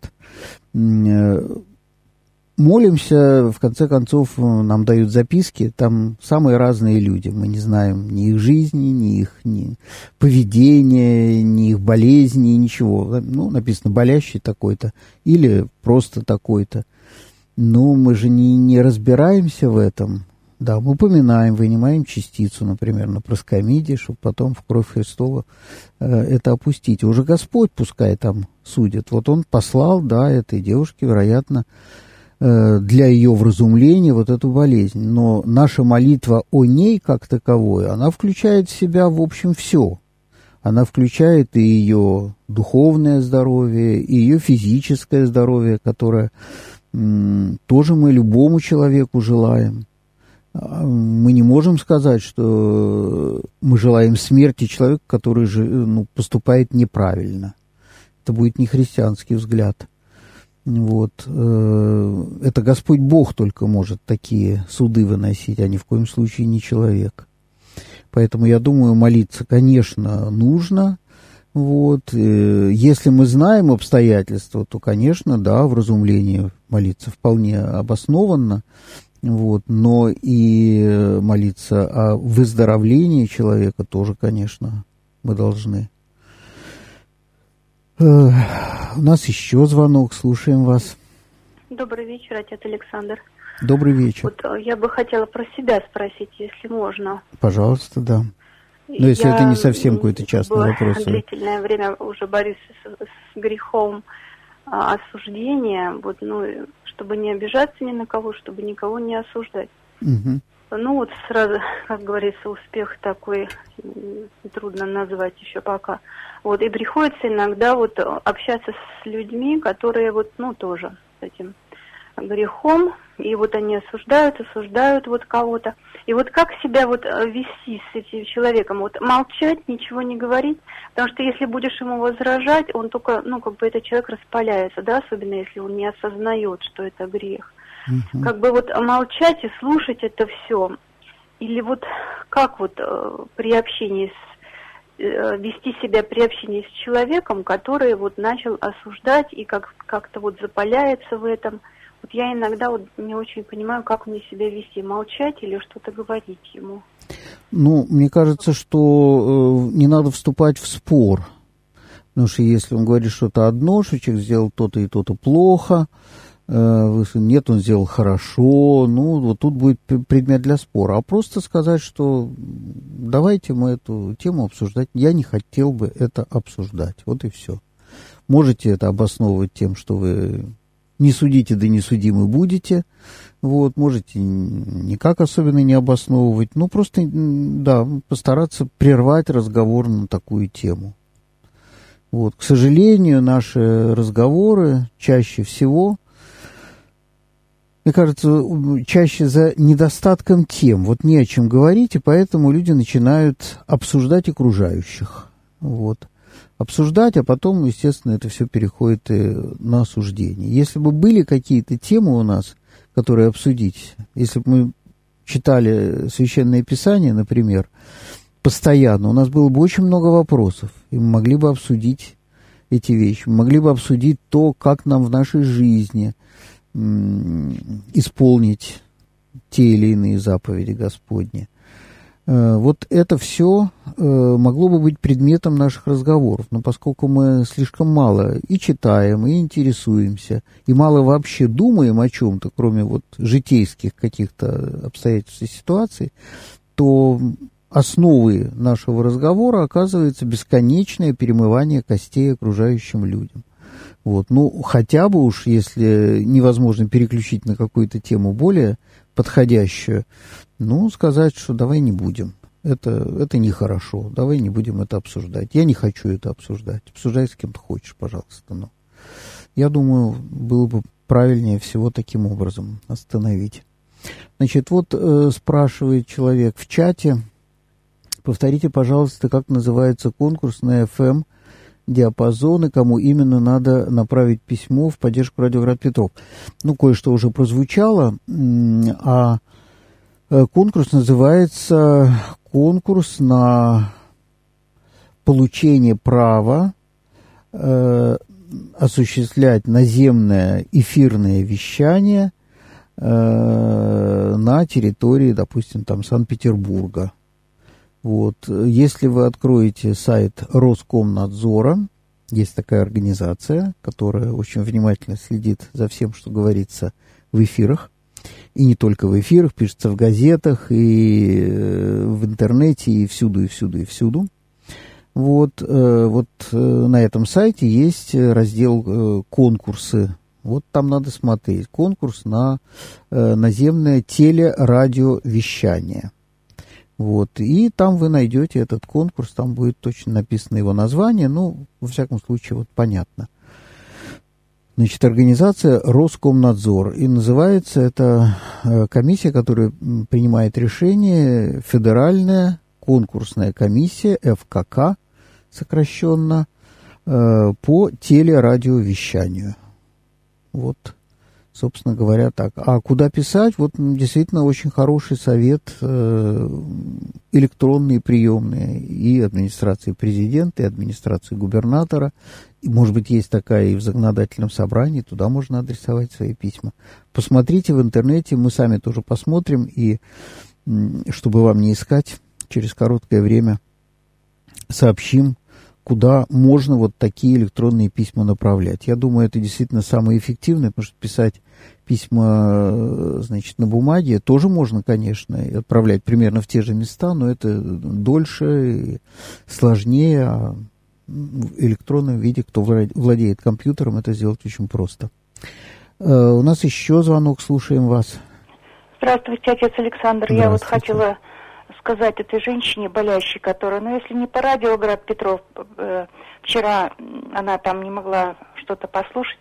Молимся, в конце концов, нам дают записки, там самые разные люди. Мы не знаем ни их жизни, ни их поведения, ни их болезни, ничего. Написано «болящий такой-то» или «просто такой-то». Но мы же не разбираемся в этом. Да, мы упоминаем, вынимаем частицу, например, на проскомиде, чтобы потом в кровь Христова это опустить. Уже Господь пускай там судит. Вот Он послал, да, этой девушке, вероятно, для ее вразумления вот эту болезнь. Но наша молитва о ней как таковой, она включает в себя, в общем, все. Она включает и ее духовное здоровье, и ее физическое здоровье, которое тоже мы любому человеку желаем. Мы не можем сказать, что мы желаем смерти человека, который поступает неправильно. Это будет не христианский взгляд. Вот. Это Господь Бог только может такие суды выносить, а ни в коем случае не человек. Поэтому, я думаю, молиться, конечно, нужно. Вот. Если мы знаем обстоятельства, то, конечно, да, вразумление молиться вполне обоснованно. Вот. Но и молиться о выздоровлении человека тоже, конечно, мы должны. У нас еще звонок, слушаем вас. Добрый вечер, отец Александр. Добрый вечер. Вот я бы хотела про себя спросить, если можно. Пожалуйста, да. Но если это не совсем какой-то частный вопрос. Длительное время уже борюсь с грехом осуждения, вот, ну, чтобы не обижаться ни на кого, чтобы никого не осуждать. Угу. Ну вот сразу, как говорится, успех такой трудно назвать еще пока. Вот, и приходится иногда вот общаться с людьми, которые вот, ну, тоже с этим грехом, и вот они осуждают вот кого-то. И вот как себя вот вести с этим человеком? Вот молчать, ничего не говорить, потому что если будешь ему возражать, он только, ну, как бы этот человек распаляется, да, особенно если он не осознает, что это грех. Как бы вот молчать и слушать это все. Или вот как вот при общении вести себя при общении с человеком, который вот начал осуждать и как-то вот запаляется в этом. Вот я иногда вот не очень понимаю, как мне себя вести, молчать или что-то говорить ему. Ну, мне кажется, что не надо вступать в спор. Потому что если он говорит что-то одно, что человек сделал то-то и то-то плохо, нет, он сделал хорошо, ну, вот тут будет предмет для спора. А просто сказать, что давайте мы эту тему обсуждать. Я не хотел бы это обсуждать. Вот и все. Можете это обосновывать тем, что вы не судите, да не судимы будете. Вот, можете никак особенно не обосновывать. Ну, просто, да, постараться прервать разговор на такую тему. Вот, к сожалению, наши разговоры чаще всего, мне кажется, чаще за недостатком тем. Вот не о чем говорить, и поэтому люди начинают обсуждать окружающих. Вот. Обсуждать, а потом, естественно, это все переходит и на осуждение. Если бы были какие-то темы у нас, которые обсудить, если бы мы читали Священное Писание, например, постоянно, у нас было бы очень много вопросов, и мы могли бы обсудить эти вещи, мы могли бы обсудить то, как нам в нашей жизни исполнить те или иные заповеди Господни. Вот это все могло бы быть предметом наших разговоров, но поскольку мы слишком мало и читаем, и интересуемся, и мало вообще думаем о чем-то, кроме вот житейских каких-то обстоятельств и ситуаций, то основой нашего разговора оказывается бесконечное перемывание костей окружающим людям. Вот. Ну, хотя бы уж, если невозможно переключить на какую-то тему более подходящую, ну, сказать, что давай не будем. Это нехорошо. Давай не будем это обсуждать. Я не хочу это обсуждать. Обсуждай с кем ты хочешь, пожалуйста. Но я думаю, было бы правильнее всего таким образом остановить. Значит, вот спрашивает человек в чате. Повторите, пожалуйста, как называется конкурс на FM диапазоны, кому именно надо направить письмо в поддержку Радио Град Петров. Ну, кое-что уже прозвучало, а конкурс называется «Конкурс на получение права осуществлять наземное эфирное вещание на территории, допустим, там Санкт-Петербурга». Вот. Если вы откроете сайт Роскомнадзора, есть такая организация, которая очень внимательно следит за всем, что говорится в эфирах, и не только в эфирах, пишется в газетах, и в интернете, и всюду, и всюду, и всюду. Вот на этом сайте есть раздел «Конкурсы». Вот там надо смотреть. Конкурс на наземное телерадиовещание. Вот, и там вы найдете этот конкурс, там будет точно написано его название, ну, во всяком случае, вот понятно. Значит, организация Роскомнадзор, и называется это комиссия, которая принимает решение, Федеральная конкурсная комиссия, ФКК, сокращенно, по телерадиовещанию. Вот, собственно говоря, так. А куда писать? Вот действительно очень хороший совет, электронные приемные и администрации президента, и администрации губернатора. И, может быть, есть такая и в законодательном собрании, туда можно адресовать свои письма. Посмотрите в интернете, мы сами тоже посмотрим, и чтобы вам не искать, через короткое время сообщим, куда можно вот такие электронные письма направлять. Я думаю, это действительно самое эффективное, потому что писать письма, значит, на бумаге тоже можно, конечно, отправлять примерно в те же места, но это дольше, сложнее, а в электронном виде, кто владеет компьютером, это сделать очень просто. У нас еще звонок, слушаем вас. Здравствуйте, отец Александр. Я вот хотела сказать этой женщине, болящей, которая, если не по радио «Град Петров», вчера она там не могла что-то послушать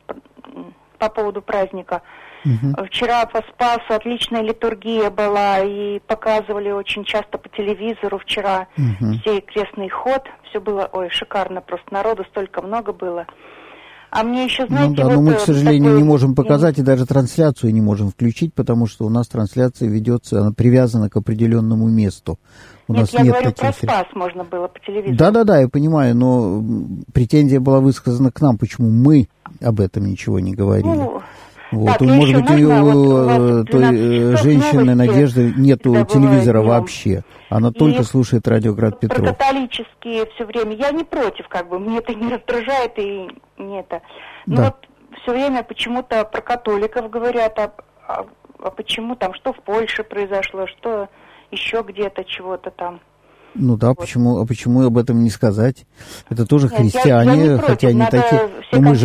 по поводу праздника. Вчера по Спасу отличная литургия была, и показывали очень часто по телевизору вчера все крестный ход. Все было, шикарно, просто народу столько много было. А мне еще, знаете, но мы, к сожалению, не можем показать и даже трансляцию не можем включить, потому что у нас трансляция ведется, она привязана к определенному месту. Нет, я говорю про Спас можно было по телевизору. Да, я понимаю, но претензия была высказана к нам, почему мы об этом ничего не говорили. Вот, так, может быть, у той женщины Надежды нету телевизора вообще. Она только слушает радио «Град Петров». Про католические все время. Я не против, мне это не раздражает и не это. Но вот все время почему-то про католиков говорят, а почему там, что в Польше произошло, что еще где-то чего-то там. Почему об этом не сказать? Это тоже христиане, хотя не такие. Но мы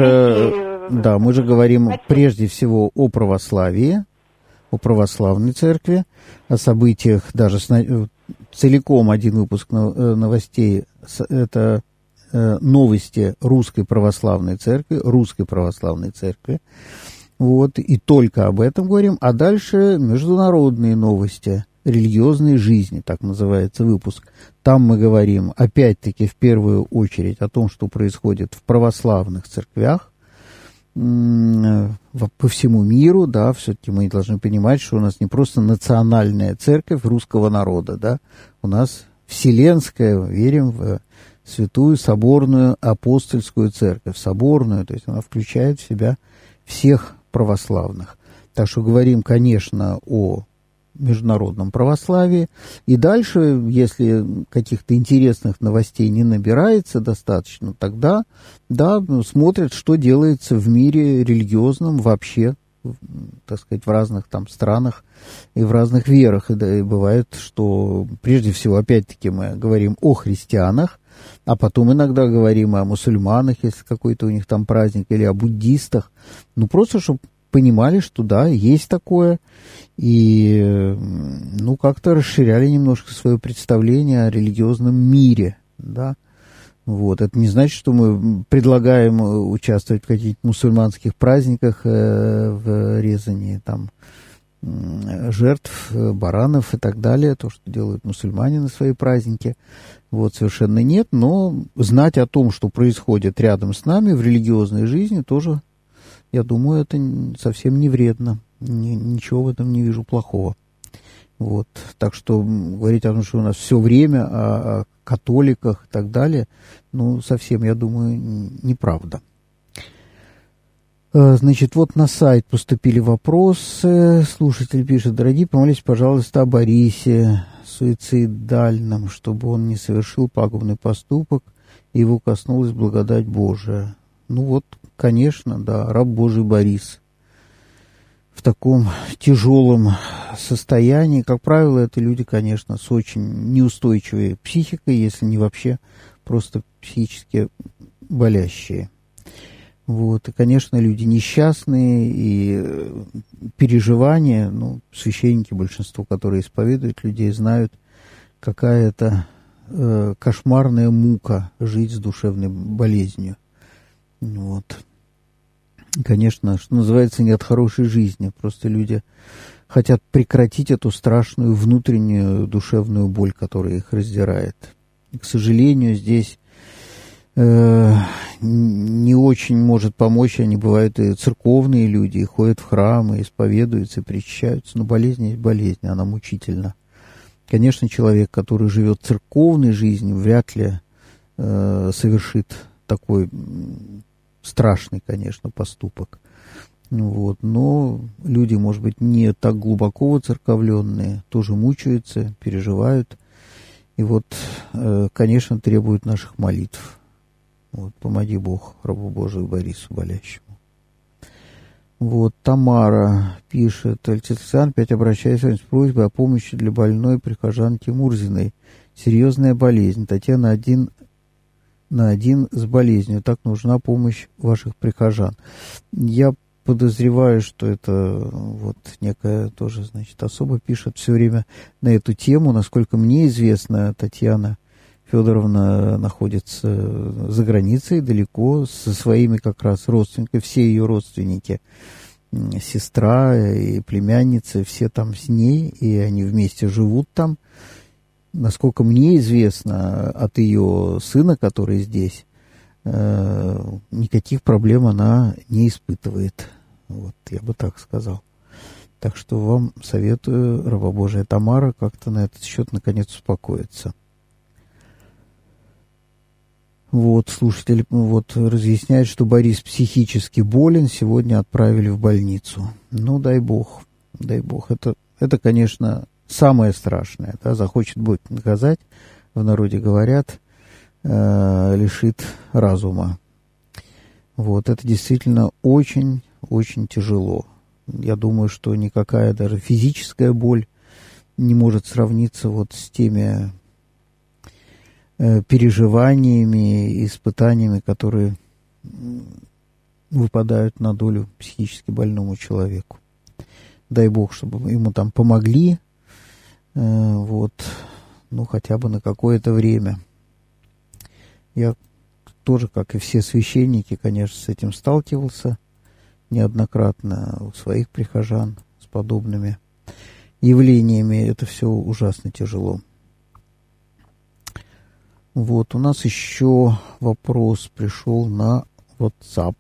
же говорим прежде всего о православии, о православной церкви, о событиях, даже целиком один выпуск новостей, это новости Русской Православной Церкви, вот, и только об этом говорим, а дальше международные новости, религиозной жизни, так называется выпуск. Там мы говорим, опять-таки, в первую очередь о том, что происходит в православных церквях, по всему миру, все-таки мы должны понимать, что у нас не просто национальная церковь русского народа, у нас вселенская, верим в святую соборную апостольскую церковь, соборную, то есть она включает в себя всех православных. Так что говорим, конечно, о международном православии. И дальше, если каких-то интересных новостей не набирается достаточно, тогда, смотрят, что делается в мире религиозном вообще, так сказать, в разных там странах и в разных верах. И бывает, что прежде всего, опять-таки, мы говорим о христианах, а потом иногда говорим о мусульманах, если какой-то у них там праздник, или о буддистах. Просто, чтобы понимали, что есть такое, и как-то расширяли немножко свое представление о религиозном мире, Вот. Это не значит, что мы предлагаем участвовать в каких-то мусульманских праздниках в резании там жертв, баранов и так далее, то, что делают мусульмане на свои праздники. Вот, совершенно нет, но знать о том, что происходит рядом с нами в религиозной жизни, тоже, я думаю, это совсем не вредно. Ничего в этом не вижу плохого. Вот. Так что говорить о том, что у нас все время о католиках и так далее, совсем, я думаю, неправда. Значит, вот на сайт поступили вопросы. Слушатель пишет: дорогие, помолитесь, пожалуйста, о Борисе суицидальном, чтобы он не совершил пагубный поступок, и его коснулась благодать Божия. Конечно, раб Божий Борис в таком тяжелом состоянии. Как правило, это люди, конечно, с очень неустойчивой психикой, если не вообще просто психически болящие. Вот. И, конечно, люди несчастные, и переживания, священники, большинство, которые исповедуют людей, знают, какая это кошмарная мука жить с душевной болезнью. Вот. Конечно, что называется, не от хорошей жизни. Просто люди хотят прекратить эту страшную внутреннюю душевную боль, которая их раздирает. И, к сожалению, здесь не очень может помочь. Они бывают и церковные люди, и ходят в храмы, исповедуются, и причащаются. Но болезнь есть болезнь, она мучительна. Конечно, человек, который живет церковной жизнью, вряд ли совершит такой страшный, конечно, поступок. Вот. Но люди, может быть, не так глубоко воцерковленные, тоже мучаются, переживают. И вот, конечно, требуют наших молитв. Вот. Помоги Бог рабу Божию Борису болящему. Вот. Тамара пишет: Александр, опять обращаюсь с просьбой о помощи для больной прихожанки Мурзиной. Серьезная болезнь. Татьяна один на один с болезнью. Так нужна помощь ваших прихожан. Я подозреваю, что это вот некая тоже, значит, особа пишет все время на эту тему. Насколько мне известно, Татьяна Федоровна находится за границей, далеко, со своими как раз родственниками. Все ее родственники, сестра и племянницы, все там с ней, и они вместе живут там. Насколько мне известно, от ее сына, который здесь, никаких проблем она не испытывает. Вот, я бы так сказал. Так что вам советую, раба Божия Тамара, как-то на этот счет наконец успокоиться. Вот, слушатель вот разъясняет, что Борис психически болен, сегодня отправили в больницу. Ну, дай Бог, дай Бог. Это, конечно, самое страшное. Да? Захочет будет наказать, в народе говорят, лишит разума. Вот, это действительно очень тяжело. Я думаю, что никакая даже физическая боль не может сравниться вот с теми переживаниями, испытаниями, которые выпадают на долю психически больному человеку. Дай Бог, чтобы ему там помогли, вот, ну, хотя бы на какое-то время. Я тоже, как и все священники, конечно, с этим сталкивался неоднократно у своих прихожан с подобными явлениями. Это все ужасно тяжело. Вот, у нас еще вопрос пришел на WhatsApp.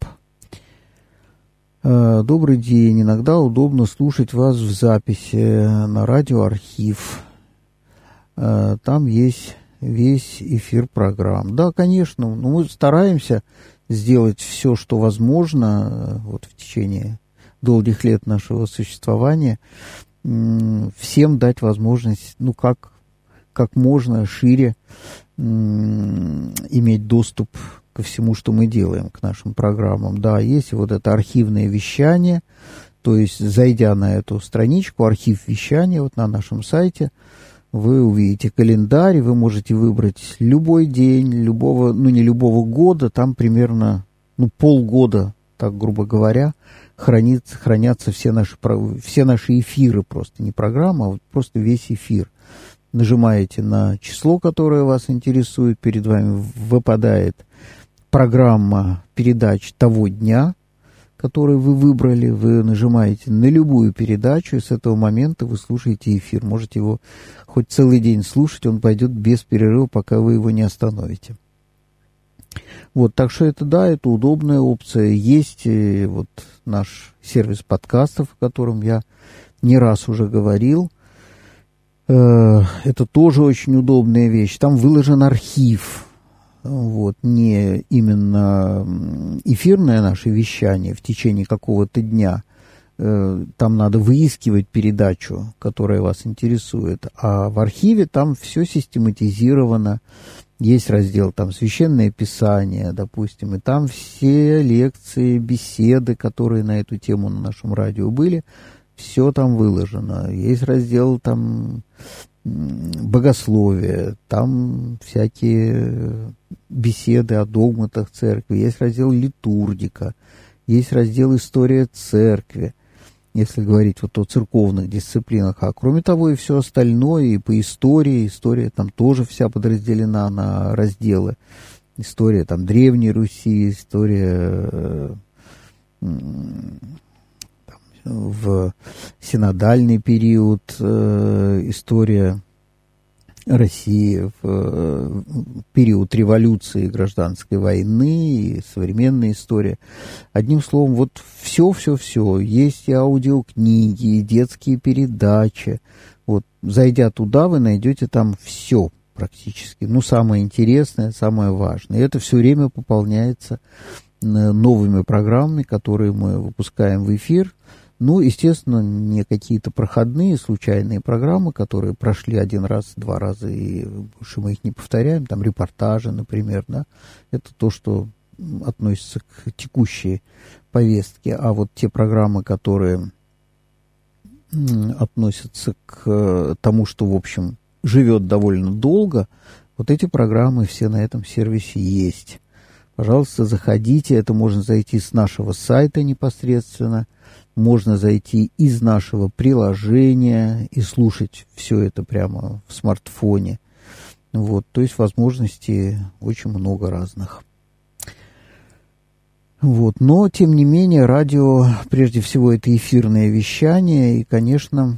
Добрый день. Иногда удобно слушать вас в записи на радиоархив. Там есть весь эфир программ. Да, конечно, но мы стараемся сделать все, что возможно вот в течение долгих лет нашего существования, всем дать возможность, ну, как можно шире иметь доступ ко всему, что мы делаем, к нашим программам. Да, есть вот это архивное вещание, то есть, зайдя на эту страничку, архив вещания, вот на нашем сайте, вы увидите календарь, вы можете выбрать любой день, любого, ну, не любого года, там примерно, ну, полгода, так грубо говоря, хранятся все наши эфиры, просто не программа, а вот просто весь эфир. Нажимаете на число, которое вас интересует, перед вами выпадает программа передач того дня, который вы выбрали, вы нажимаете на любую передачу, и с этого момента вы слушаете эфир. Можете его хоть целый день слушать, он пойдет без перерыва, пока вы его не остановите. Вот, так что это, да, это удобная опция. Есть вот наш сервис подкастов, о котором я не раз уже говорил. Это тоже очень удобная вещь. Там выложен архив. Вот, не именно эфирное наше вещание в течение какого-то дня. Там надо выискивать передачу, которая вас интересует. А в архиве там все систематизировано. Есть раздел там «Священное Писание», допустим, и там все лекции, беседы, которые на эту тему на нашем радио были, все там выложено. Есть раздел там богословие, там всякие беседы о догматах церкви, есть раздел литургика, есть раздел история церкви, если говорить вот о церковных дисциплинах. А кроме того и все остальное, и по истории, история там тоже вся подразделена на разделы. История там Древней Руси, история в синодальный период, история России в период революции, гражданской войны и современная история. Одним словом, вот все. Есть и аудиокниги, и детские передачи. Вот, зайдя туда, вы найдете там все практически. Ну, самое интересное, самое важное. И это все время пополняется новыми программами, которые мы выпускаем в эфир. Ну, естественно, не какие-то проходные, случайные программы, которые прошли один раз, два раза, и больше мы их не повторяем. Там репортажи, например, да. Это то, что относится к текущей повестке. А вот те программы, которые относятся к тому, что, в общем, живет довольно долго, вот эти программы все на этом сервисе есть. Пожалуйста, заходите. Это можно зайти с нашего сайта непосредственно. Можно зайти из нашего приложения и слушать все это прямо в смартфоне. Вот, то есть возможностей очень много разных. Вот, но, тем не менее, радио, прежде всего, это эфирное вещание, и, конечно,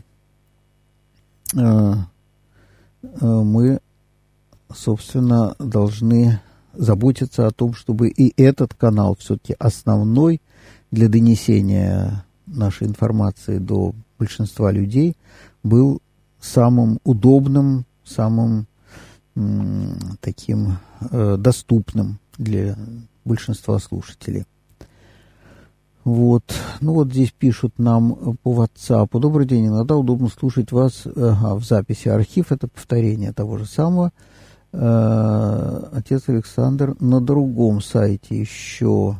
мы, собственно, должны заботиться о том, чтобы и этот канал, все-таки основной для донесения нашей информации до большинства людей, был самым удобным, самым таким доступным для большинства слушателей. Вот. Ну вот здесь пишут нам по WhatsApp. Добрый день, иногда удобно слушать вас в записи. Архив — это повторение того же самого. Отец Александр на другом сайте еще.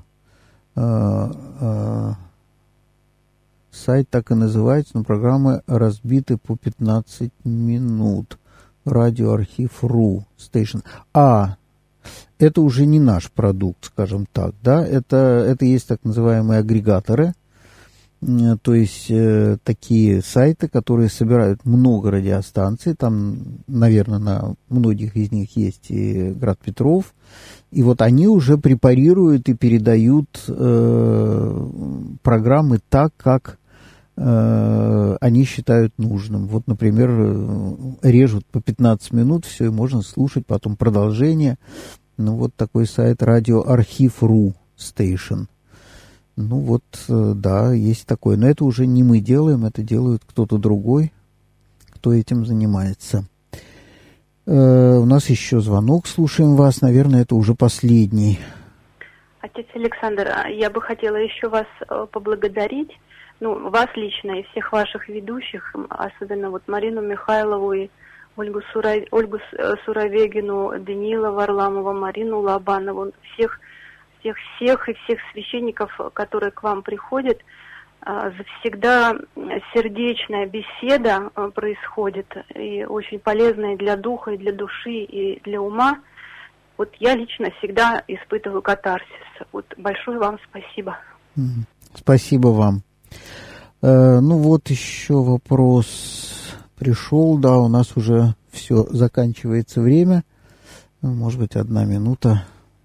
Сайт так и называется, но программы разбиты по 15 минут. Радиоархив.ру Station. Это уже не наш продукт, скажем так, да, это есть так называемые агрегаторы, то есть такие сайты, которые собирают много радиостанций, там, наверное, на многих из них есть и Град Петров, и вот они уже препарируют и передают программы так, как они считают нужным. Вот, например, режут по 15 минут, все, и можно слушать потом продолжение. Ну, вот такой сайт радиоархив.ру Station. Ну, вот, да, есть такой. Но это уже не мы делаем, это делает кто-то другой, кто этим занимается. У нас еще звонок, слушаем вас. Наверное, это уже последний. Отец Александр, я бы хотела еще вас поблагодарить. Ну, вас лично и всех ваших ведущих, особенно вот Марину Михайлову и Ольгу Суровегину, Даниила Варламова, Марину Лобанову, всех и всех священников, которые к вам приходят. Всегда сердечная беседа происходит, и очень полезная для духа, и для души, и для ума. Вот я лично всегда испытываю катарсис. Вот большое вам спасибо. Спасибо вам. Ну вот еще вопрос пришел, да, у нас уже все, заканчивается время, может быть, 1 минута.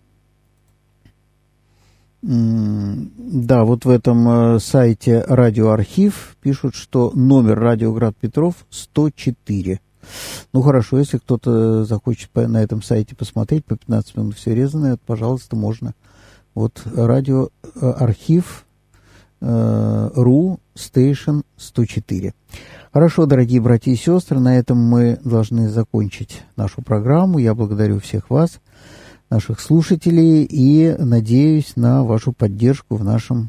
Да, вот в этом сайте Радиоархив пишут, что номер радио Град Петров 104. Ну хорошо, если кто-то захочет на этом сайте посмотреть, по 15 минут все резаное, пожалуйста, можно. Вот Радиоархив .ру Station 104. Хорошо, дорогие братья и сестры, на этом мы должны закончить нашу программу. Я благодарю всех вас, наших слушателей, и надеюсь на вашу поддержку в нашем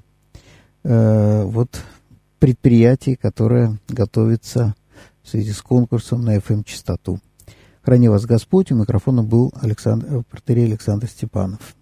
предприятии, которое готовится в связи с конкурсом на FM-частоту. Храни вас Господь. У микрофона был протоиерей Александр Степанов.